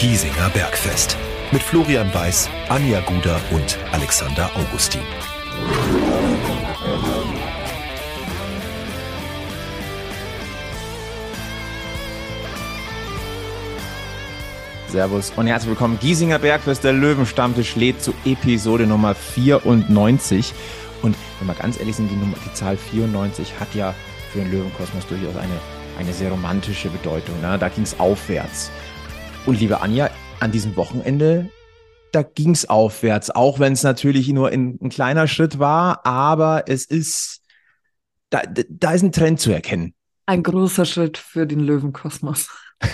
Giesinger Bergfest. Mit Florian Weiß, Anja Guder und Alexander Augustin. Servus und herzlich willkommen. Giesinger Bergfest, der Löwenstammtisch lädt zu Episode Nummer 94. Und wenn wir ganz ehrlich sind, die Zahl 94 hat ja für den Löwenkosmos durchaus eine sehr romantische Bedeutung. Ne? Da ging es aufwärts. Und liebe Anja, an diesem Wochenende, da ging es aufwärts, auch wenn es natürlich nur ein kleiner Schritt war, aber es ist, da ist ein Trend zu erkennen. Ein großer Schritt für den Löwenkosmos.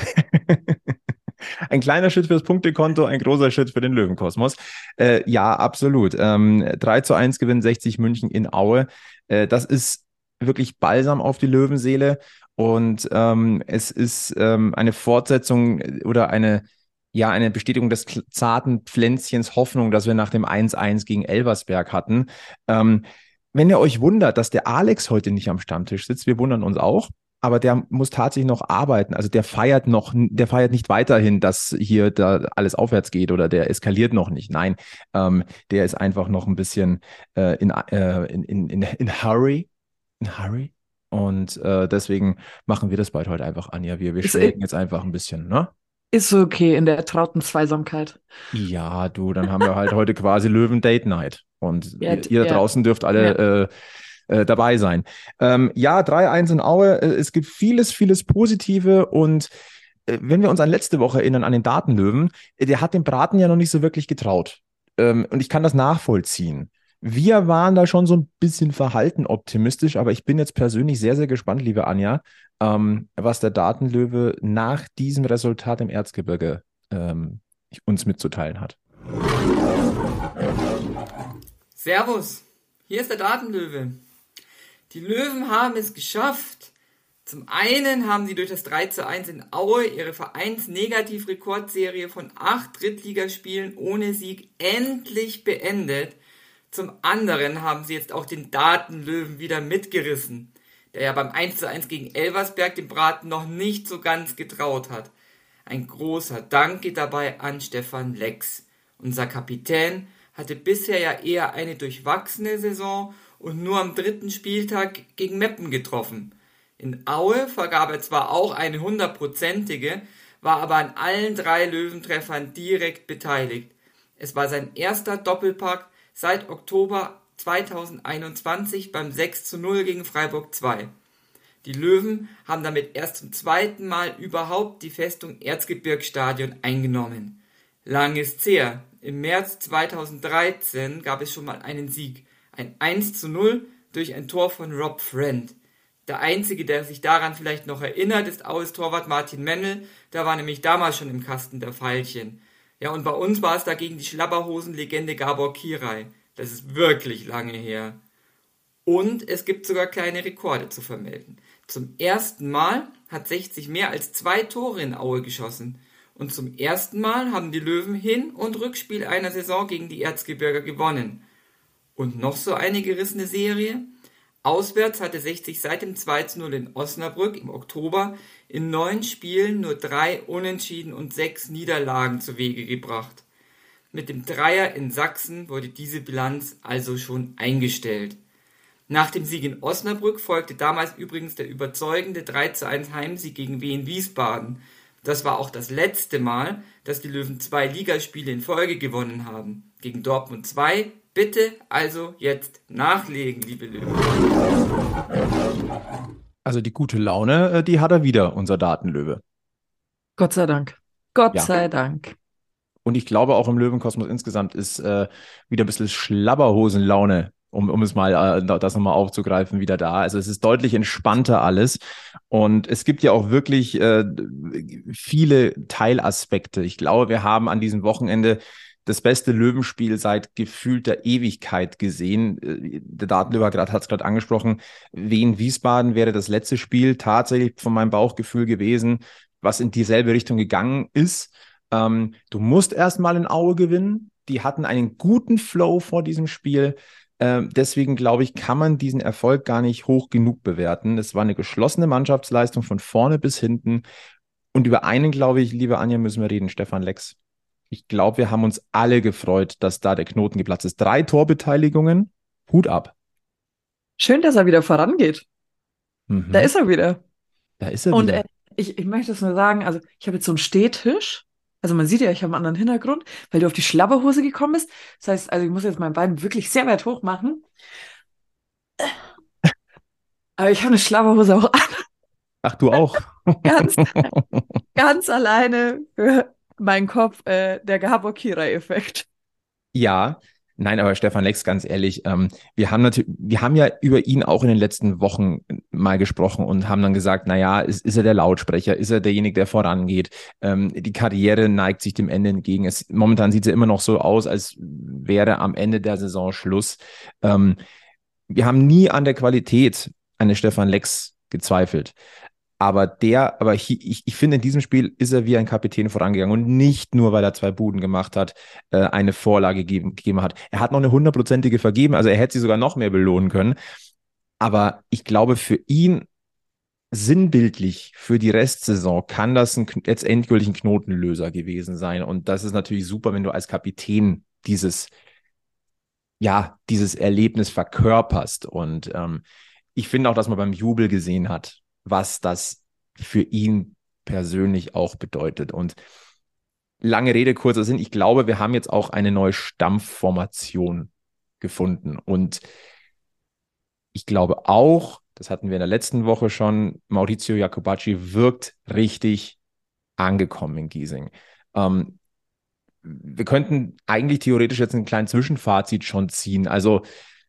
Ein kleiner Schritt fürs Punktekonto, ein großer Schritt für den Löwenkosmos. Ja, absolut. 3:1 gewinnt 60 München in Aue. Das ist wirklich Balsam auf die Löwenseele. Und es ist eine Fortsetzung oder eine Bestätigung des zarten Pflänzchens Hoffnung, das wir nach dem 1:1 gegen Elversberg hatten. Wenn ihr euch wundert, dass der Alex heute nicht am Stammtisch sitzt, wir wundern uns auch. Aber der muss tatsächlich noch arbeiten. Also der feiert nicht weiterhin, dass hier da alles aufwärts geht oder der eskaliert noch nicht. Nein, der ist einfach noch ein bisschen in Hurry. In Hurry. Und deswegen machen wir das bald heute einfach an. Ja, wir schwelgen jetzt einfach ein bisschen, ne? Ist okay in der trauten Zweisamkeit. Ja, du, dann haben wir halt heute quasi Löwen-Date-Night. Und ihr draußen dürft alle dabei sein. 3:1 in Aue. Es gibt vieles Positive und wenn wir uns an letzte Woche erinnern, an den Datenlöwen, der hat dem Braten ja noch nicht so wirklich getraut. Und ich kann das nachvollziehen. Wir waren da schon so ein bisschen verhalten optimistisch, aber ich bin jetzt persönlich sehr, sehr gespannt, liebe Anja, was der Datenlöwe nach diesem Resultat im Erzgebirge uns mitzuteilen hat. Servus, hier ist der Datenlöwe. Die Löwen haben es geschafft. Zum einen haben sie durch das 3:1 in Aue ihre Vereins-Negativ-Rekordserie von 8 Drittligaspielen ohne Sieg endlich beendet. Zum anderen haben sie jetzt auch den Datenlöwen wieder mitgerissen, der ja beim 1:1 gegen Elversberg dem Braten noch nicht so ganz getraut hat. Ein großer Dank geht dabei an Stefan Lex. Unser Kapitän hatte bisher ja eher eine durchwachsene Saison und nur am 3. Spieltag gegen Meppen getroffen. In Aue vergab er zwar auch eine 100-prozentige, war aber an allen 3 Löwentreffern direkt beteiligt. Es war sein erster Doppelpack seit Oktober 2021 beim 6:0 gegen Freiburg 2. Die Löwen haben damit erst zum 2. Mal überhaupt die Festung Erzgebirgsstadion eingenommen. Lang ist's her. Im März 2013 gab es schon mal einen Sieg. Ein 1:0 durch ein Tor von Rob Friend. Der Einzige, der sich daran vielleicht noch erinnert, ist Aues Torwart Martin Mennel. Der war nämlich damals schon im Kasten der Veilchen. Ja, und bei uns war es dagegen die Schlabberhosen-Legende Gabor Kirai. Das ist wirklich lange her. Und es gibt sogar kleine Rekorde zu vermelden. Zum ersten Mal hat 60 mehr als 2 Tore in Aue geschossen. Und zum ersten Mal haben die Löwen Hin- und Rückspiel einer Saison gegen die Erzgebirger gewonnen. Und noch so eine gerissene Serie. Auswärts hatte 60 seit dem 2:0 in Osnabrück im Oktober in 9 Spielen nur 3 Unentschieden und 6 Niederlagen zu Wege gebracht. Mit dem Dreier in Sachsen wurde diese Bilanz also schon eingestellt. Nach dem Sieg in Osnabrück folgte damals übrigens der überzeugende 3:1 Heimsieg gegen Wien Wiesbaden. Das war auch das letzte Mal, dass die Löwen 2 Ligaspiele in Folge gewonnen haben. Gegen Dortmund 2. Bitte also jetzt nachlegen, liebe Löwen. Also die gute Laune, die hat er wieder, unser Datenlöwe. Gott sei Dank. Gott sei Dank. Und ich glaube, auch im Löwenkosmos insgesamt ist wieder ein bisschen Schlabberhosenlaune, um es mal das nochmal aufzugreifen, wieder da. Also es ist deutlich entspannter alles. Und es gibt ja auch wirklich viele Teilaspekte. Ich glaube, wir haben an diesem Wochenende das beste Löwenspiel seit gefühlter Ewigkeit gesehen. Der Datenlöwe hat es gerade angesprochen. Wien-Wiesbaden wäre das letzte Spiel tatsächlich von meinem Bauchgefühl gewesen, was in dieselbe Richtung gegangen ist. Du musst erstmal in Aue gewinnen. Die hatten einen guten Flow vor diesem Spiel. Deswegen glaube ich, kann man diesen Erfolg gar nicht hoch genug bewerten. Es war eine geschlossene Mannschaftsleistung von vorne bis hinten. Und über einen, glaube ich, liebe Anja, müssen wir reden, Stefan Lex. Ich glaube, wir haben uns alle gefreut, dass da der Knoten geplatzt ist. 3 Torbeteiligungen, Hut ab. Schön, dass er wieder vorangeht. Da ist er wieder. Da ist er Und wieder. ich möchte es nur sagen, also ich habe jetzt so einen Stehtisch. Also man sieht ja, ich habe einen anderen Hintergrund, weil du auf die Schlabberhose gekommen bist. Das heißt, also ich muss jetzt mein Bein wirklich sehr weit hoch machen. Aber ich habe eine Schlabberhose auch an, Ach, du auch? ganz, ganz alleine für meinen Kopf, der Gabor-Kira-Effekt. Ja, nein, aber Stefan Lex, ganz ehrlich, wir haben ja über ihn auch in den letzten Wochen mal gesprochen und haben dann gesagt, naja, ist er der Lautsprecher, ist er derjenige, der vorangeht? Die Karriere neigt sich dem Ende entgegen. Momentan sieht es ja immer noch so aus, als wäre am Ende der Saison Schluss. Wir haben nie an der Qualität eines Stefan Lex gezweifelt. Aber ich finde, in diesem Spiel ist er wie ein Kapitän vorangegangen und nicht nur, weil er 2 Buden gemacht hat, eine Vorlage gegeben hat. Er hat noch eine 100%ige vergeben, also er hätte sie sogar noch mehr belohnen können. Aber ich glaube, für ihn sinnbildlich für die Restsaison kann das jetzt endgültig ein Knotenlöser gewesen sein. Und das ist natürlich super, wenn du als Kapitän dieses Erlebnis verkörperst. Und ich finde auch, dass man beim Jubel gesehen hat, was das für ihn persönlich auch bedeutet. Und lange Rede, kurzer Sinn, ich glaube, wir haben jetzt auch eine neue Stammformation gefunden. Und ich glaube auch, das hatten wir in der letzten Woche schon, Maurizio Jacobacci wirkt richtig angekommen in Giesing. Wir könnten eigentlich theoretisch jetzt einen kleinen Zwischenfazit schon ziehen. Also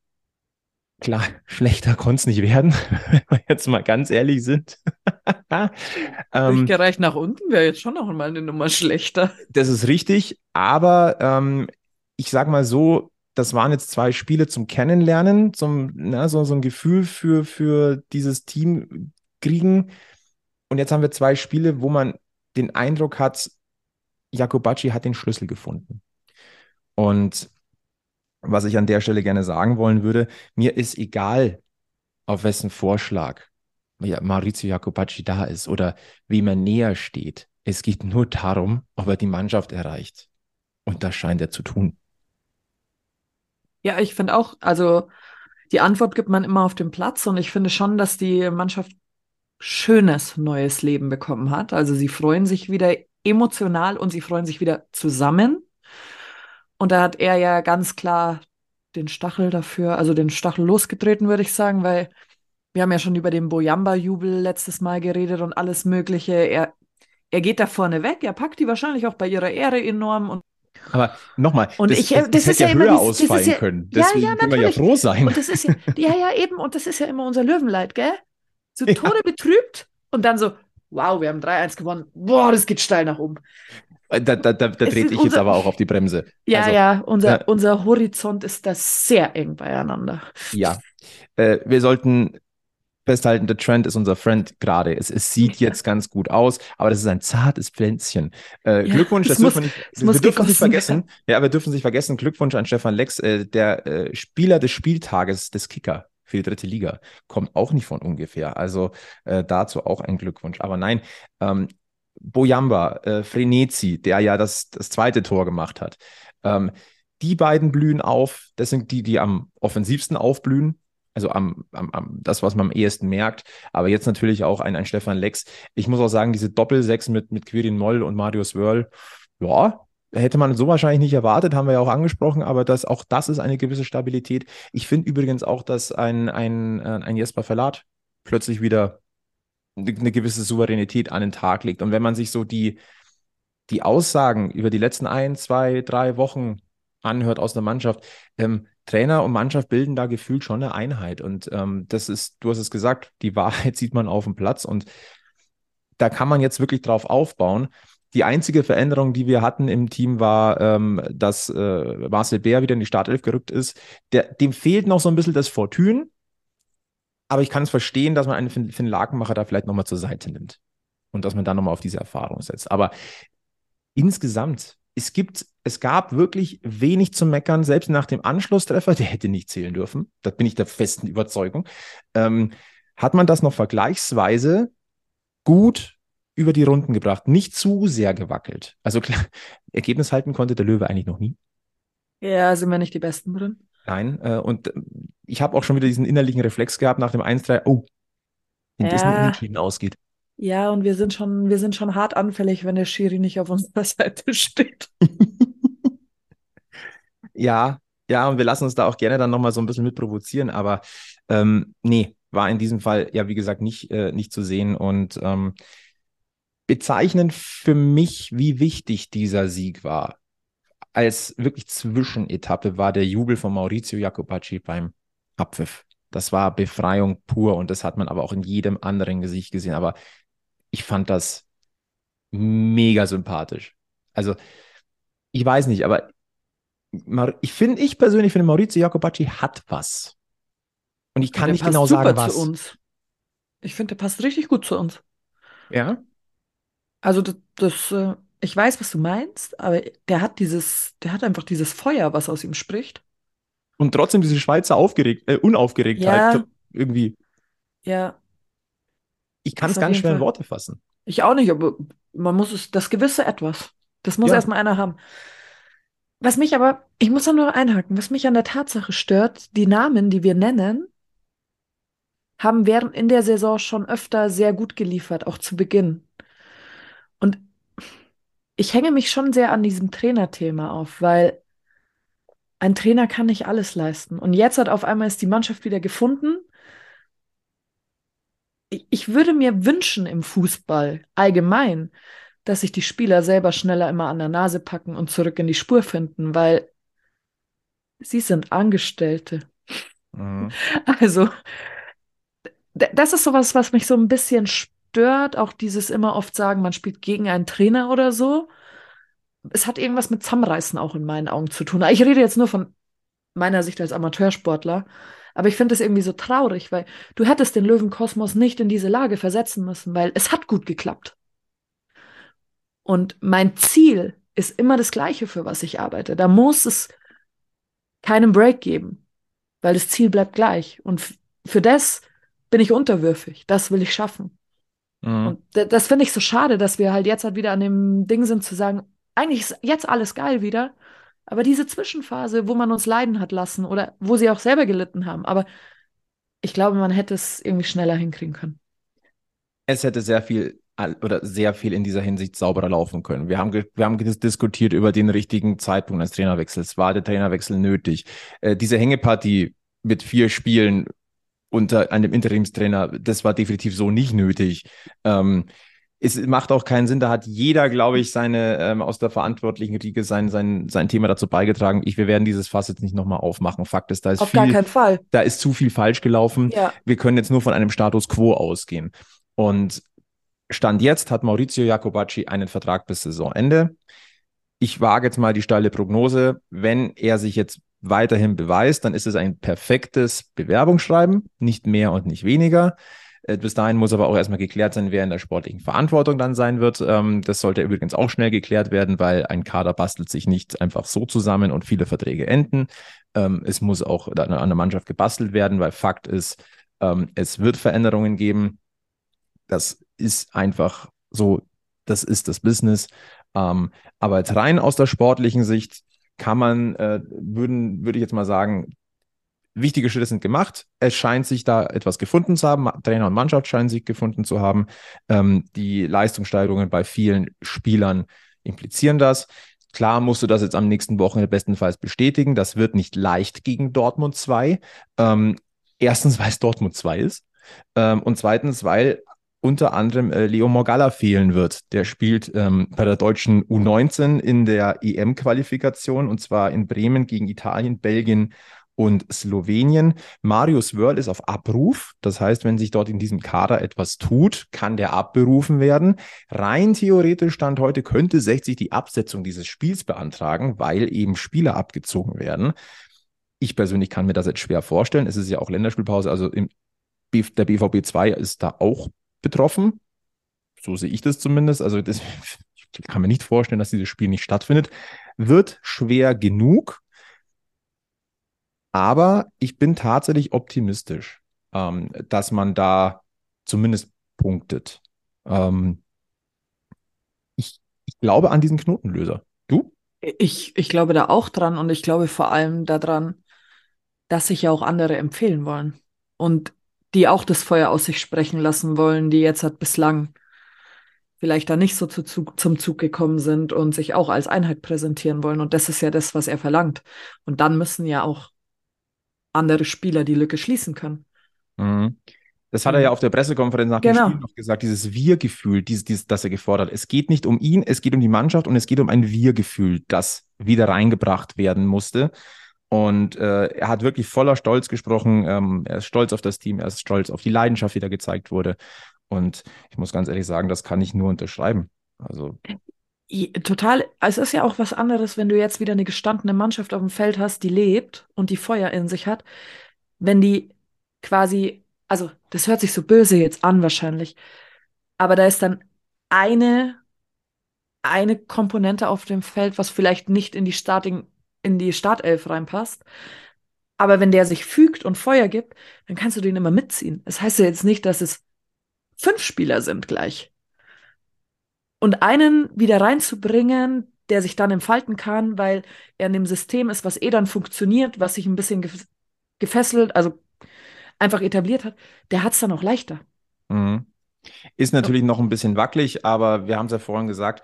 klar, schlechter konnte es nicht werden, wenn wir jetzt mal ganz ehrlich sind. Durchgereicht nach unten wäre jetzt schon noch mal eine Nummer schlechter. Das ist richtig, aber ich sag mal so, das waren jetzt 2 Spiele zum Kennenlernen, so ein Gefühl für dieses Team kriegen. Und jetzt haben wir 2 Spiele, wo man den Eindruck hat, Jacobacci hat den Schlüssel gefunden. Und was ich an der Stelle gerne sagen wollen würde, mir ist egal, auf wessen Vorschlag Maurizio Jacobacci da ist oder wem er näher steht. Es geht nur darum, ob er die Mannschaft erreicht. Und das scheint er zu tun. Ja, ich finde auch, also die Antwort gibt man immer auf dem Platz und ich finde schon, dass die Mannschaft schönes neues Leben bekommen hat. Also sie freuen sich wieder emotional und sie freuen sich wieder zusammen. Und da hat er ja ganz klar den Stachel dafür, also den Stachel losgetreten, würde ich sagen, weil wir haben ja schon über den Bojamba-Jubel letztes Mal geredet und alles Mögliche. Er geht da vorne weg, er packt die wahrscheinlich auch bei ihrer Ehre enorm. Aber nochmal, Und das ist hätte ja immer höher das ist ausfallen ja, können. ja, Deswegen können wir ja natürlich. froh sein. Und das ist ja eben, und das ist ja immer unser Löwenleid, gell? So Ja. Tode betrübt und dann so, wow, wir haben 3-1 gewonnen. Boah, das geht steil nach oben. Da trete ich jetzt unser- aber auch auf die Bremse. Ja, Also, ja, unser Horizont ist da sehr eng beieinander. ja. Wir sollten festhalten, der Trend ist unser Friend gerade. Es sieht jetzt ganz gut aus, aber das ist ein zartes Pflänzchen. Glückwunsch, das dürfen muss wir dürfen nicht gegossen vergessen. werden. Ja, wir dürfen nicht vergessen, Glückwunsch an Stefan Lex, der Spieler des Spieltages des Kicker für die 3. Liga. Kommt auch nicht von ungefähr. Also dazu auch ein Glückwunsch. Aber nein, Bojamba, Frenetzi, der ja das 2. Tor gemacht hat. Die beiden blühen auf. Das sind die am offensivsten aufblühen. Also das, was man am ehesten merkt. Aber jetzt natürlich auch ein Stefan Lex. Ich muss auch sagen, diese Doppel-6 mit Quirin Moll und Marius Wörl, ja, hätte man so wahrscheinlich nicht erwartet, haben wir ja auch angesprochen, aber auch das ist eine gewisse Stabilität. Ich finde übrigens auch, dass ein Jesper Verlat plötzlich wieder eine gewisse Souveränität an den Tag legt. Und wenn man sich so die Aussagen über die letzten 1, 2, 3 Wochen anhört aus der Mannschaft, Trainer und Mannschaft bilden da gefühlt schon eine Einheit. Und du hast es gesagt, die Wahrheit sieht man auf dem Platz und da kann man jetzt wirklich drauf aufbauen. Die einzige Veränderung, die wir hatten im Team, war, dass Marcel Bär wieder in die Startelf gerückt ist. Dem fehlt noch so ein bisschen das Fortune, aber ich kann es verstehen, dass man einen Finn Lakenmacher da vielleicht nochmal zur Seite nimmt und dass man dann nochmal auf diese Erfahrung setzt. Aber insgesamt, es gab wirklich wenig zu meckern, selbst nach dem Anschlusstreffer, der hätte nicht zählen dürfen, da bin ich der festen Überzeugung, hat man das noch vergleichsweise gut über die Runden gebracht, nicht zu sehr gewackelt. Also klar, Ergebnis halten konnte der Löwe eigentlich noch nie. Ja, sind wir nicht die Besten drin. Nein, und ich habe auch schon wieder diesen innerlichen Reflex gehabt nach dem 1-3, oh, wenn das nur Ja, unentschieden ausgeht. ja, und wir sind schon hart anfällig, wenn der Schiri nicht auf unserer Seite steht. Ja, ja, und wir lassen uns da auch gerne dann nochmal so ein bisschen mit provozieren, aber nee, war in diesem Fall ja, wie gesagt, nicht zu sehen und bezeichnend für mich, wie wichtig dieser Sieg war. Als wirklich Zwischenetappe war der Jubel von Maurizio Jacopacci beim Abpfiff. Das war Befreiung pur und das hat man aber auch in jedem anderen Gesicht gesehen. Aber ich fand das mega sympathisch. Also, ich weiß nicht, aber ich persönlich finde, Maurizio Jacopacci hat was. Und ich Und kann der nicht passt genau super sagen, zu was. uns. Ich finde, der passt richtig gut zu uns. Ja? Also ich weiß, was du meinst, aber der hat einfach dieses Feuer, was aus ihm spricht. Und trotzdem diese Schweizer Unaufgeregtheit Ja, irgendwie. ja, Ich kann ist es auf ganz jeden schwer in Fall. Worte fassen. Ich auch nicht, aber das gewisse Etwas. Das muss Ja. erstmal einer haben. Ich muss da nur einhaken, was mich an der Tatsache stört, die Namen, die wir nennen, haben während in der Saison schon öfter sehr gut geliefert, auch zu Beginn. Und ich hänge mich schon sehr an diesem Trainerthema auf, weil ein Trainer kann nicht alles leisten. Und jetzt hat auf einmal ist die Mannschaft wieder gefunden. Ich würde mir wünschen im Fußball allgemein, dass sich die Spieler selber schneller immer an der Nase packen und zurück in die Spur finden, weil sie sind Angestellte. Mhm. Also, das ist sowas, was mich so ein bisschen stört, auch dieses immer oft sagen, man spielt gegen einen Trainer oder so. Es hat irgendwas mit Zusammenreißen auch in meinen Augen zu tun. Ich rede jetzt nur von meiner Sicht als Amateursportler. Aber ich finde es irgendwie so traurig, weil du hättest den Löwenkosmos nicht in diese Lage versetzen müssen, weil es hat gut geklappt. Und mein Ziel ist immer das gleiche, für was ich arbeite. Da muss es keinen Break geben, weil das Ziel bleibt gleich. Und für das bin ich unterwürfig. Das will ich schaffen. Mhm. Und das finde ich so schade, dass wir halt jetzt halt wieder an dem Ding sind zu sagen, eigentlich ist jetzt alles geil wieder, aber diese Zwischenphase, wo man uns leiden hat lassen oder wo sie auch selber gelitten haben, aber ich glaube, man hätte es irgendwie schneller hinkriegen können. Es hätte sehr viel in dieser Hinsicht sauberer laufen können. Wir haben diskutiert über den richtigen Zeitpunkt eines Trainerwechsels. War der Trainerwechsel nötig? Diese Hängepartie mit 4 Spielen unter einem Interimstrainer, das war definitiv so nicht nötig. Es macht auch keinen Sinn, da hat jeder, glaube ich, aus der verantwortlichen Riege sein Thema dazu beigetragen. Wir werden dieses Fass jetzt nicht nochmal aufmachen. Fakt ist, Auf gar keinen Fall. da ist zu viel falsch gelaufen. Ja, Wir können jetzt nur von einem Status quo ausgehen. Und Stand jetzt hat Maurizio Jacopacci einen Vertrag bis Saisonende. Ich wage jetzt mal die steile Prognose, wenn er sich jetzt weiterhin beweist, dann ist es ein perfektes Bewerbungsschreiben, nicht mehr und nicht weniger. Bis dahin muss aber auch erstmal geklärt sein, wer in der sportlichen Verantwortung dann sein wird. Das sollte übrigens auch schnell geklärt werden, weil ein Kader bastelt sich nicht einfach so zusammen und viele Verträge enden. Es muss auch an der Mannschaft gebastelt werden, weil Fakt ist, es wird Veränderungen geben. Das ist einfach so, das ist das Business. Aber jetzt rein aus der sportlichen Sicht würde ich jetzt mal sagen, wichtige Schritte sind gemacht. Es scheint sich da etwas gefunden zu haben. Trainer und Mannschaft scheinen sich gefunden zu haben. Die Leistungssteigerungen bei vielen Spielern implizieren das. Klar musst du das jetzt am nächsten Wochenende bestenfalls bestätigen. Das wird nicht leicht gegen Dortmund 2. Erstens, weil es Dortmund 2 ist. Und zweitens, weil unter anderem Leo Morgalla fehlen wird. Der spielt bei der deutschen U19 in der EM-Qualifikation und zwar in Bremen gegen Italien, Belgien und Slowenien. Marius Wörl ist auf Abruf. Das heißt, wenn sich dort in diesem Kader etwas tut, kann der abberufen werden. Rein theoretisch Stand heute könnte 60 die Absetzung dieses Spiels beantragen, weil eben Spieler abgezogen werden. Ich persönlich kann mir das jetzt schwer vorstellen. Es ist ja auch Länderspielpause, also der BVB 2 ist da auch betroffen. So sehe ich das zumindest. Also ich kann mir nicht vorstellen, dass dieses Spiel nicht stattfindet. Wird schwer genug. Aber ich bin tatsächlich optimistisch, dass man da zumindest punktet. glaube an diesen Knotenlöser. Du? Ich glaube da auch dran und ich glaube vor allem daran, dass sich ja auch andere empfehlen wollen und die auch das Feuer aus sich sprechen lassen wollen, die jetzt halt bislang vielleicht da nicht so zum Zug gekommen sind und sich auch als Einheit präsentieren wollen. Und das ist ja das, was er verlangt. Und dann müssen ja auch andere Spieler die Lücke schließen können. Mhm. Das hat er ja Und auf der Pressekonferenz nach dem genau. Spiel noch gesagt, dieses Wir-Gefühl, das er gefordert hat. Es geht nicht um ihn, es geht um die Mannschaft und es geht um ein Wir-Gefühl, das wieder reingebracht werden musste. Und er hat wirklich voller Stolz gesprochen. Er ist stolz auf das Team, er ist stolz auf die Leidenschaft, die da gezeigt wurde. Und ich muss ganz ehrlich sagen, das kann ich nur unterschreiben. Also, Total, es ist ja auch was anderes, wenn du jetzt wieder eine gestandene Mannschaft auf dem Feld hast, die lebt und die Feuer in sich hat, wenn die quasi, also das hört sich so böse jetzt an wahrscheinlich, aber da ist dann eine, eine Komponente auf dem Feld, was vielleicht nicht in die Startelf reinpasst. Aber wenn der sich fügt und Feuer gibt, dann kannst du den immer mitziehen. Das heißt ja jetzt nicht, dass es 5 Spieler sind gleich. Und einen wieder reinzubringen, der sich dann entfalten kann, weil er in dem System ist, was dann funktioniert, was sich ein bisschen gefesselt, also einfach etabliert hat, der hat es dann auch leichter. mhm. Ist natürlich noch ein bisschen wackelig, aber wir haben es ja vorhin gesagt,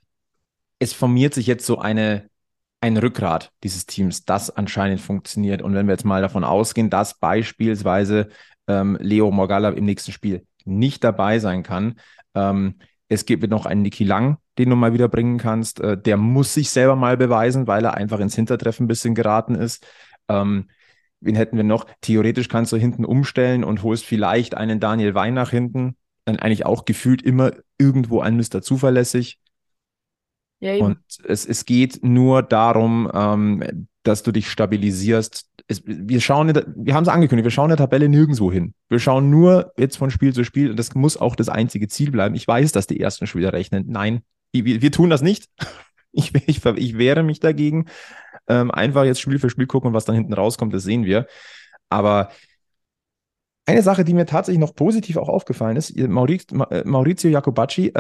es formiert sich jetzt so ein Rückgrat dieses Teams, das anscheinend funktioniert. Und wenn wir jetzt mal davon ausgehen, dass beispielsweise Leo Morgalla im nächsten Spiel nicht dabei sein kann, es gibt noch einen Niki Lang, den du mal wieder bringen kannst. Der muss sich selber mal beweisen, weil er einfach ins Hintertreffen ein bisschen geraten ist. Wen hätten wir noch? Theoretisch kannst du hinten umstellen und holst vielleicht einen Daniel Wein nach hinten. Dann eigentlich auch gefühlt immer irgendwo ein Mr. Zuverlässig. Ja, Und eben. es geht nur darum, dass du dich stabilisierst. Wir haben es angekündigt, wir schauen in der Tabelle nirgendwo hin. Wir schauen nur jetzt von Spiel zu Spiel und das muss auch das einzige Ziel bleiben. Ich weiß, dass die ersten Spieler rechnen. Nein, wir tun das nicht. Ich wehre mich dagegen. Einfach jetzt Spiel für Spiel gucken und was dann hinten rauskommt, das sehen wir. Aber eine Sache, die mir tatsächlich noch positiv auch aufgefallen ist, Maurizio Jacobacci,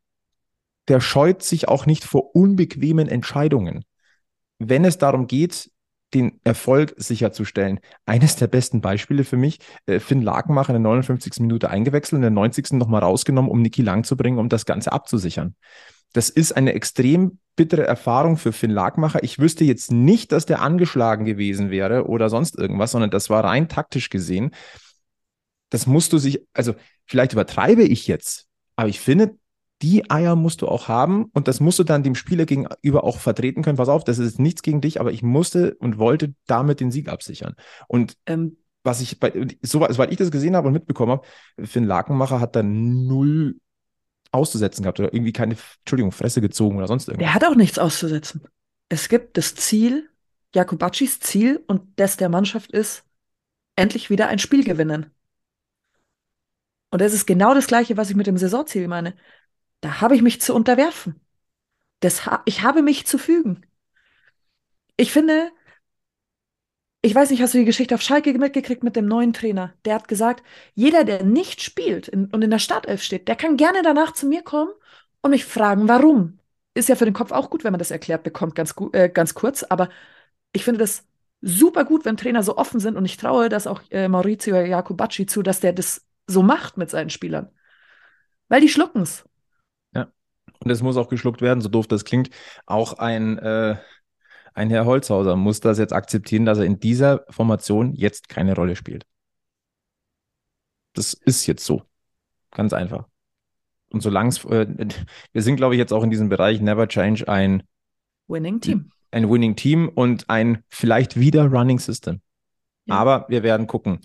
der scheut sich auch nicht vor unbequemen Entscheidungen, wenn es darum geht, den Erfolg sicherzustellen. Eines der besten Beispiele für mich, Finn Lakenmacher in der 59. Minute eingewechselt und in der 90. nochmal rausgenommen, um Niki Lang zu bringen, um das Ganze abzusichern. Das ist eine extrem bittere Erfahrung für Finn Lakenmacher. Ich wüsste jetzt nicht, dass der angeschlagen gewesen wäre oder sonst irgendwas, sondern das war rein taktisch gesehen. Das musst du sich, also vielleicht übertreibe ich jetzt, aber ich finde, die Eier musst du auch haben und das musst du dann dem Spieler gegenüber auch vertreten können. Pass auf, das ist nichts gegen dich, aber ich musste und wollte damit den Sieg absichern. Und was ich soweit ich das gesehen habe und mitbekommen habe, Finn Lakenmacher hat da null auszusetzen gehabt oder irgendwie keine, Fresse gezogen oder sonst irgendwas. Der hat auch nichts auszusetzen. Es gibt das Ziel, Jacobaccis Ziel und das der Mannschaft ist, endlich wieder ein Spiel gewinnen. Und das ist genau das Gleiche, was ich mit dem Saisonziel meine. Da habe ich mich zu unterwerfen. Ich habe mich zu fügen. Ich finde, ich weiß nicht, hast du die Geschichte auf Schalke mitgekriegt mit dem neuen Trainer? Der hat gesagt, jeder, der nicht spielt und in der Startelf steht, der kann gerne danach zu mir kommen und mich fragen, warum. Ist ja für den Kopf auch gut, wenn man das erklärt bekommt, ganz kurz. Aber ich finde das super gut, wenn Trainer so offen sind und ich traue das auch Maurizio Jacobacci zu, dass der das so macht mit seinen Spielern. Weil die schlucken's. Ja. Und es muss auch geschluckt werden, so doof das klingt. Auch ein Herr Holzhauser muss das jetzt akzeptieren, dass er in dieser Formation jetzt keine Rolle spielt. Das ist jetzt so. Ganz einfach. Und solange wir sind, glaube ich, jetzt auch in diesem Bereich Never Change ein Winning Team. Winning Team und ein vielleicht wieder Running System. Ja. Aber wir werden gucken.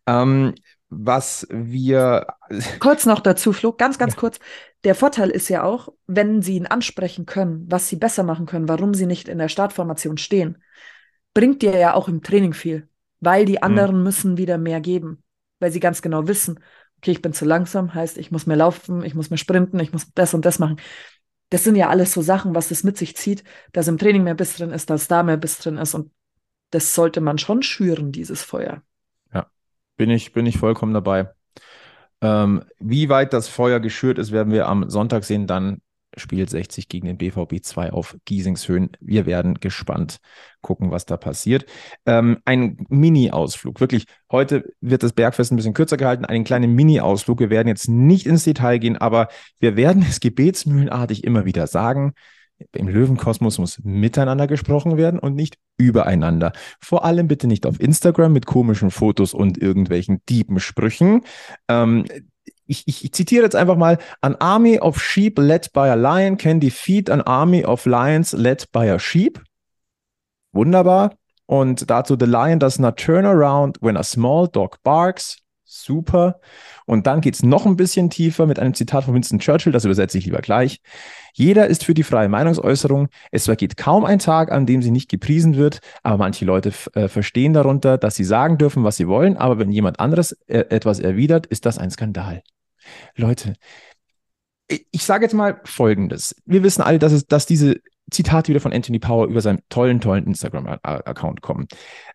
Was wir. Kurz noch dazu, Flo, ganz kurz. Der Vorteil ist ja auch, wenn sie ihn ansprechen können, was sie besser machen können, warum sie nicht in der Startformation stehen, bringt dir ja auch im Training viel, weil die anderen müssen wieder mehr geben, weil sie ganz genau wissen, okay, ich bin zu langsam, heißt, ich muss mehr laufen, ich muss mehr sprinten, ich muss das und das machen. Das sind ja alles so Sachen, was das mit sich zieht, dass im Training mehr Biss drin ist, dass da mehr Biss drin ist und das sollte man schon schüren, dieses Feuer. Ja, bin ich vollkommen dabei. Wie weit das Feuer geschürt ist, werden wir am Sonntag sehen. Dann spielt 60 gegen den BVB 2 auf Giesingshöhen. Wir werden gespannt gucken, was da passiert. Ein Mini-Ausflug. Wirklich, heute wird das Bergfest ein bisschen kürzer gehalten. Einen kleinen Mini-Ausflug. Wir werden jetzt nicht ins Detail gehen, aber wir werden es gebetsmühlenartig immer wieder sagen. Im Löwenkosmos muss miteinander gesprochen werden und nicht übereinander. Vor allem bitte nicht auf Instagram mit komischen Fotos und irgendwelchen Diebensprüchen. Ich zitiere jetzt einfach mal: An army of sheep led by a lion can defeat an army of lions led by a sheep. Wunderbar. Und dazu: The lion does not turn around when a small dog barks. Super. Und dann geht es noch ein bisschen tiefer mit einem Zitat von Winston Churchill, das übersetze ich lieber gleich. Jeder ist für die freie Meinungsäußerung. Es vergeht kaum ein Tag, an dem sie nicht gepriesen wird, aber manche Leute verstehen darunter, dass sie sagen dürfen, was sie wollen, aber wenn jemand anderes etwas erwidert, ist das ein Skandal. Leute, ich sage jetzt mal Folgendes. Wir wissen alle, dass diese Zitate wieder von Anthony Power über seinen tollen Instagram-Account kommen.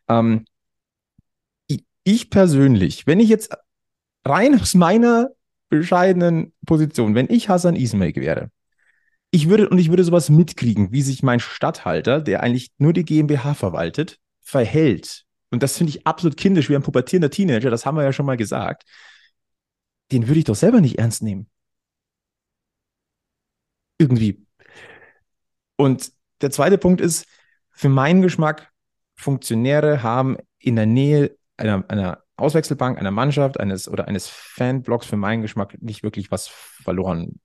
Ich persönlich, wenn ich jetzt rein aus meiner bescheidenen Position, wenn ich Hasan Ismail wäre, ich würde sowas mitkriegen, wie sich mein Statthalter, der eigentlich nur die GmbH verwaltet, verhält. Und das finde ich absolut kindisch, wie ein pubertierender Teenager, das haben wir ja schon mal gesagt. Den würde ich doch selber nicht ernst nehmen. Irgendwie. Und der zweite Punkt ist, für meinen Geschmack, Funktionäre haben in der Nähe einer Auswechselbank, einer Mannschaft, eines Fanblocks für meinen Geschmack nicht wirklich was verloren.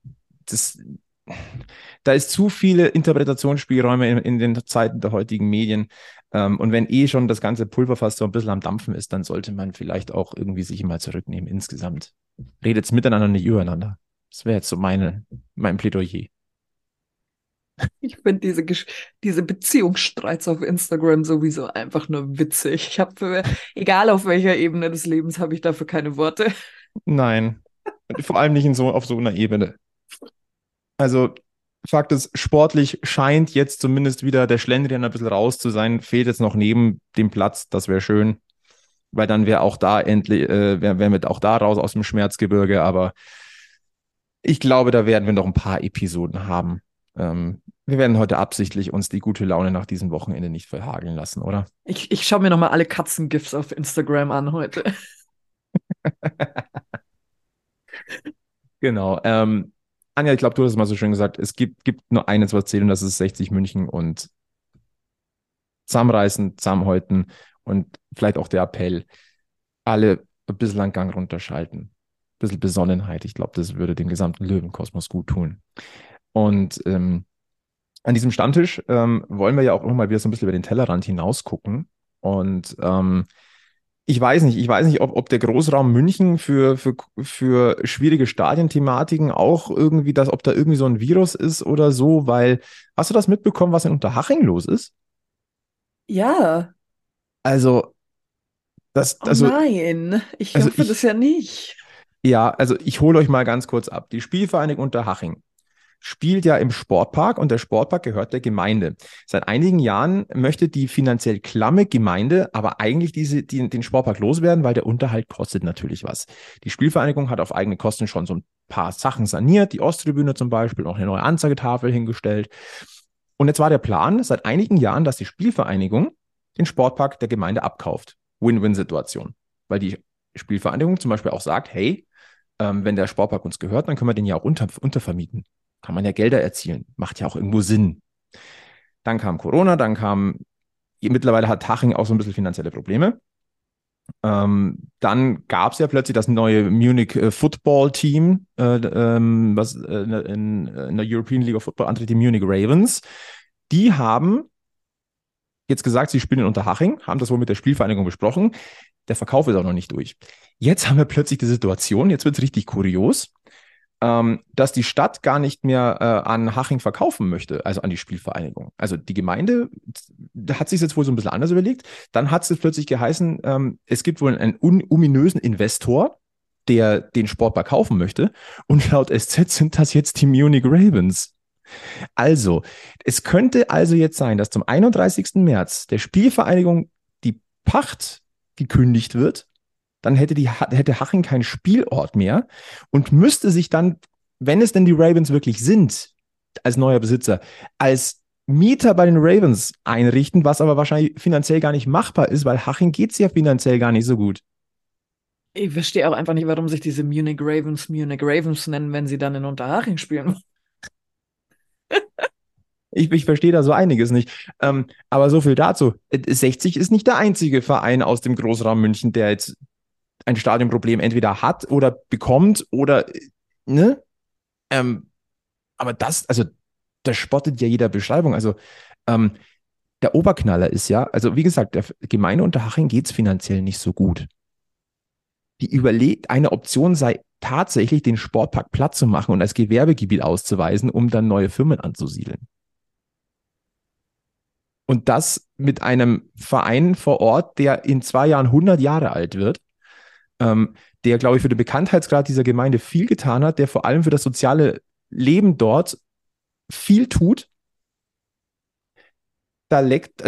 Da ist zu viele Interpretationsspielräume in den Zeiten der heutigen Medien. Und wenn schon das ganze Pulverfass so ein bisschen am Dampfen ist, dann sollte man vielleicht auch irgendwie sich mal zurücknehmen insgesamt. Redet's miteinander, nicht übereinander. Das wäre jetzt so mein Plädoyer. Ich finde diese Beziehungsstreits auf Instagram sowieso einfach nur witzig. Egal auf welcher Ebene des Lebens, habe ich dafür keine Worte. Nein, vor allem nicht auf so einer Ebene. Also Fakt ist, sportlich scheint jetzt zumindest wieder der Schlendrian ein bisschen raus zu sein. Fehlt jetzt noch neben dem Platz, das wäre schön, weil dann wäre auch da wären wir auch da raus aus dem Schmerzgebirge. Aber ich glaube, da werden wir noch ein paar Episoden haben. Wir werden heute absichtlich uns die gute Laune nach diesem Wochenende nicht verhageln lassen, oder? Ich schaue mir nochmal alle Katzen-GIFs auf Instagram an heute. Genau. Anja, ich glaube, du hast es mal so schön gesagt, es gibt nur eines, was zählt, und das ist 60 München, und zusammenreißen, zusammenhäuten und vielleicht auch der Appell, alle ein bisschen an Gang runterschalten. Ein bisschen Besonnenheit. Ich glaube, das würde dem gesamten Löwenkosmos gut tun. Und an diesem Stammtisch wollen wir ja auch immer mal wieder so ein bisschen über den Tellerrand hinaus gucken. Und ich weiß nicht, ob der Großraum München für schwierige Stadienthematiken auch irgendwie ob da irgendwie so ein Virus ist oder so, weil, hast du das mitbekommen, was in Unterhaching los ist? Ja. Also, nein, ich hoffe das ja nicht. Ja, also ich hole euch mal ganz kurz ab. Die Spielvereinigung Unterhaching spielt ja im Sportpark, und der Sportpark gehört der Gemeinde. Seit einigen Jahren möchte die finanziell klamme Gemeinde aber eigentlich den Sportpark loswerden, weil der Unterhalt kostet natürlich was. Die Spielvereinigung hat auf eigene Kosten schon so ein paar Sachen saniert, die Osttribüne zum Beispiel, auch eine neue Anzeigetafel hingestellt. Und jetzt war der Plan seit einigen Jahren, dass die Spielvereinigung den Sportpark der Gemeinde abkauft. Win-Win-Situation. Weil die Spielvereinigung zum Beispiel auch sagt, hey, wenn der Sportpark uns gehört, dann können wir den ja auch untervermieten. Kann man ja Gelder erzielen. Macht ja auch irgendwo Sinn. Dann kam Corona, mittlerweile hat Haching auch so ein bisschen finanzielle Probleme. Dann gab es ja plötzlich das neue Munich Football Team, was in der European League of Football antritt, die Munich Ravens. Die haben jetzt gesagt, sie spielen in Unterhaching, haben das wohl mit der Spielvereinigung besprochen. Der Verkauf ist auch noch nicht durch. Jetzt haben wir plötzlich die Situation, jetzt wird es richtig kurios, dass die Stadt gar nicht mehr an Haching verkaufen möchte, also an die Spielvereinigung. Also die Gemeinde hat sich jetzt wohl so ein bisschen anders überlegt. Dann hat es jetzt plötzlich geheißen, es gibt wohl einen ominösen Investor, der den Sportpark kaufen möchte. Und laut SZ sind das jetzt die Munich Ravens. Also, es könnte also jetzt sein, dass zum 31. März der Spielvereinigung die Pacht gekündigt wird. Dann hätte Haching keinen Spielort mehr und müsste sich dann, wenn es denn die Ravens wirklich sind, als neuer Besitzer, als Mieter bei den Ravens einrichten, was aber wahrscheinlich finanziell gar nicht machbar ist, weil Haching geht es ja finanziell gar nicht so gut. Ich verstehe auch einfach nicht, warum sich diese Munich Ravens nennen, wenn sie dann in Unterhaching spielen. Ich verstehe da so einiges nicht. Aber so viel dazu. 60 ist nicht der einzige Verein aus dem Großraum München, der jetzt ein Stadionproblem entweder hat oder bekommt oder, ne? Aber das spottet ja jeder Beschreibung. Also, der Oberknaller ist ja, also wie gesagt, der Gemeinde Unterhaching geht es finanziell nicht so gut. Die überlegt, eine Option sei tatsächlich, den Sportpark platt zu machen und als Gewerbegebiet auszuweisen, um dann neue Firmen anzusiedeln. Und das mit einem Verein vor Ort, der in 2 Jahren 100 Jahre alt wird, der, glaube ich, für den Bekanntheitsgrad dieser Gemeinde viel getan hat, der vor allem für das soziale Leben dort viel tut. Da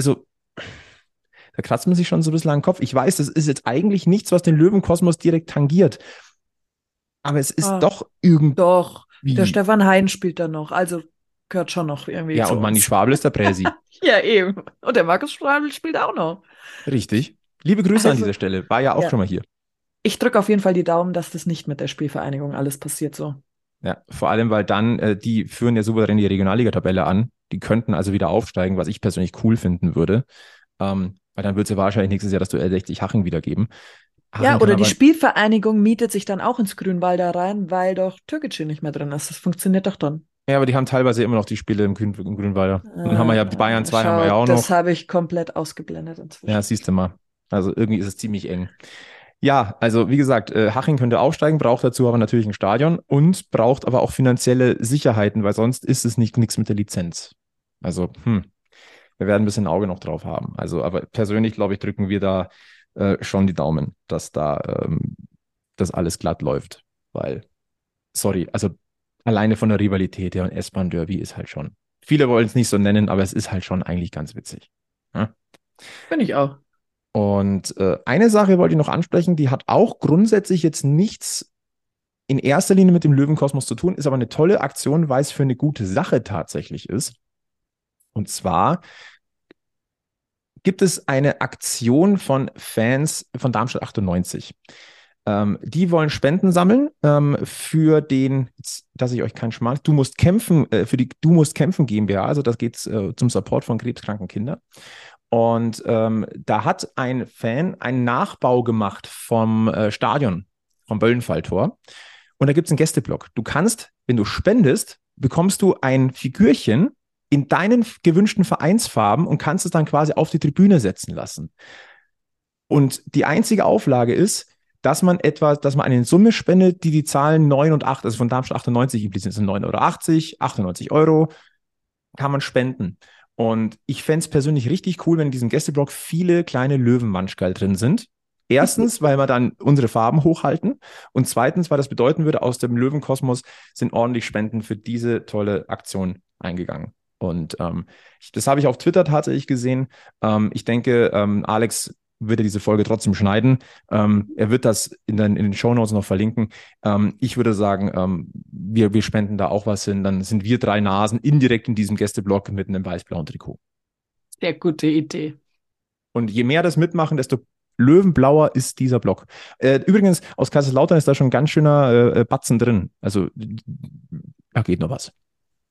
kratzt man sich schon so ein bisschen an den Kopf. Ich weiß, das ist jetzt eigentlich nichts, was den Löwenkosmos direkt tangiert. Aber es ist doch irgendwie. Doch, der Stefan Hein spielt da noch. Also gehört schon noch irgendwie Ja, zu und Manni uns. Schwabel ist der Präsi. Ja, eben. Und der Markus Schwabel spielt auch noch. Richtig. Liebe Grüße an Also, dieser Stelle. War ja auch schon mal hier. Ich drücke auf jeden Fall die Daumen, dass das nicht mit der Spielvereinigung alles passiert so. Ja, vor allem, weil dann, die führen ja souverän die Regionalliga-Tabelle an. Die könnten also wieder aufsteigen, was ich persönlich cool finden würde. Weil dann wird es ja wahrscheinlich nächstes Jahr das Duell 60 Haching wieder geben. Ja, oder die Spielvereinigung mietet sich dann auch ins Grünwalder rein, weil doch Türkgücü nicht mehr drin ist. Das funktioniert doch dann. Ja, aber die haben teilweise immer noch die Spiele im Grünwalder. Dann haben wir ja die Bayern 2 haben wir ja auch noch. Das habe ich komplett ausgeblendet inzwischen. Ja, siehst du mal. Also irgendwie ist es ziemlich eng. Ja, also wie gesagt, Haching könnte aufsteigen, braucht dazu aber natürlich ein Stadion und braucht aber auch finanzielle Sicherheiten, weil sonst ist es nichts mit der Lizenz. Also, wir werden ein bisschen ein Auge noch drauf haben. Also, aber persönlich, glaube ich, drücken wir da schon die Daumen, dass da das alles glatt läuft. Weil, sorry, also alleine von der Rivalität, ja, ein S-Bahn-Derby ist halt schon. Viele wollen es nicht so nennen, aber es ist halt schon eigentlich ganz witzig. Ja? Finde ich auch. Und eine Sache wollte ich noch ansprechen, die hat auch grundsätzlich jetzt nichts in erster Linie mit dem Löwenkosmos zu tun, ist aber eine tolle Aktion, weil es für eine gute Sache tatsächlich ist. Und zwar gibt es eine Aktion von Fans von Darmstadt 98. Die wollen Spenden sammeln für den, dass ich euch keinen Schmarrn, Du musst kämpfen, für die Du musst kämpfen GmbH, also das geht zum Support von krebskranken Kindern. Und da hat ein Fan einen Nachbau gemacht vom Stadion, vom Böllenfalltor. Und da gibt es einen Gästeblock. Du kannst, wenn du spendest, bekommst du ein Figürchen in deinen gewünschten Vereinsfarben und kannst es dann quasi auf die Tribüne setzen lassen. Und die einzige Auflage ist, dass man eine Summe spendet, die Zahlen 9 und 8, also von Darmstadt 98 impliziert sind 9,80 €, 98 €, kann man spenden. Und ich fände es persönlich richtig cool, wenn in diesem Gästeblock viele kleine Löwenmanschgal drin sind. Erstens, weil wir dann unsere Farben hochhalten und zweitens, weil das bedeuten würde, aus dem Löwenkosmos sind ordentlich Spenden für diese tolle Aktion eingegangen. Und das habe ich auf Twitter tatsächlich gesehen. Ich denke, Alex wird diese Folge trotzdem schneiden. Er wird das in den Shownotes noch verlinken. Ich würde sagen, wir spenden da auch was hin. Dann sind wir 3 Nasen indirekt in diesem Gästeblock mit einem weiß-blauen Trikot. Sehr gute Idee. Und je mehr das mitmachen, desto löwenblauer ist dieser Block. Übrigens, aus Kaiserslautern ist da schon ein ganz schöner Batzen drin. Also, da geht noch was.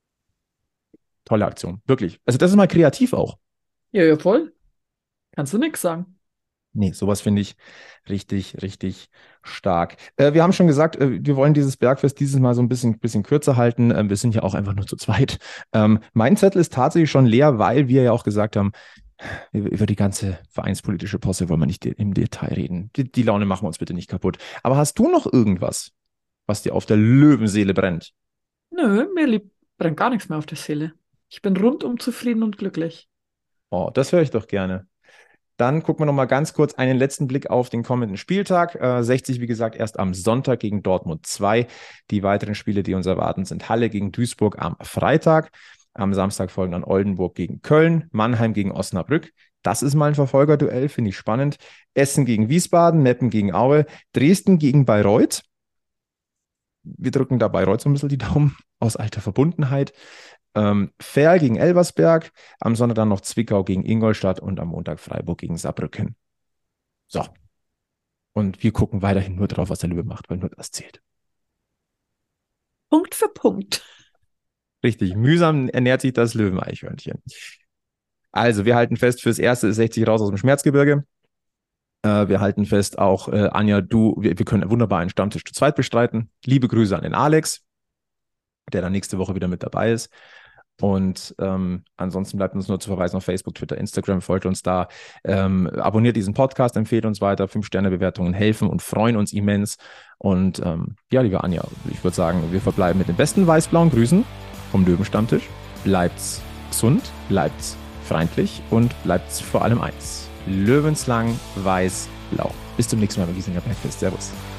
Tolle Aktion, wirklich. Also das ist mal kreativ auch. Ja, voll. Kannst du nix sagen. Nee, sowas finde ich richtig, richtig stark. Wir haben schon gesagt, wir wollen dieses Bergfest dieses Mal so ein bisschen kürzer halten. Wir sind ja auch einfach nur zu zweit. Mein Zettel ist tatsächlich schon leer, weil wir ja auch gesagt haben, über die ganze vereinspolitische Posse wollen wir nicht im Detail reden. Die Laune machen wir uns bitte nicht kaputt. Aber hast du noch irgendwas, was dir auf der Löwenseele brennt? Nö, mir brennt gar nichts mehr auf der Seele. Ich bin rundum zufrieden und glücklich. Oh, das höre ich doch gerne. Dann gucken wir noch mal ganz kurz einen letzten Blick auf den kommenden Spieltag. 60, wie gesagt, erst am Sonntag gegen Dortmund 2. Die weiteren Spiele, die uns erwarten, sind Halle gegen Duisburg am Freitag. Am Samstag folgen dann Oldenburg gegen Köln, Mannheim gegen Osnabrück. Das ist mal ein Verfolgerduell, finde ich spannend. Essen gegen Wiesbaden, Meppen gegen Aue, Dresden gegen Bayreuth. Wir drücken da Bayreuth so ein bisschen die Daumen aus alter Verbundenheit. Verl gegen Elversberg, am Sonntag dann noch Zwickau gegen Ingolstadt und am Montag Freiburg gegen Saarbrücken. So. Und wir gucken weiterhin nur drauf, was der Löwe macht, weil nur das zählt. Punkt für Punkt. Richtig, mühsam ernährt sich das Löweneichhörnchen. Also, wir halten fest, fürs Erste ist 60 raus aus dem Schmerzgebirge. Wir halten fest, auch Anja, wir können wunderbar einen Stammtisch zu zweit bestreiten. Liebe Grüße an den Alex, der dann nächste Woche wieder mit dabei ist. Und ansonsten bleibt uns nur zu verweisen auf Facebook, Twitter, Instagram, folgt uns da, abonniert diesen Podcast, empfehlt uns weiter, 5-Sterne-Bewertungen helfen und freuen uns immens. Und ja, liebe Anja, ich würde sagen, wir verbleiben mit den besten weiß-blauen Grüßen vom Löwenstammtisch. Bleibt's gesund, bleibt's freundlich und bleibt's vor allem eins. Löwenslang weiß-blau. Bis zum nächsten Mal beim Giesinger Bergfest. Servus.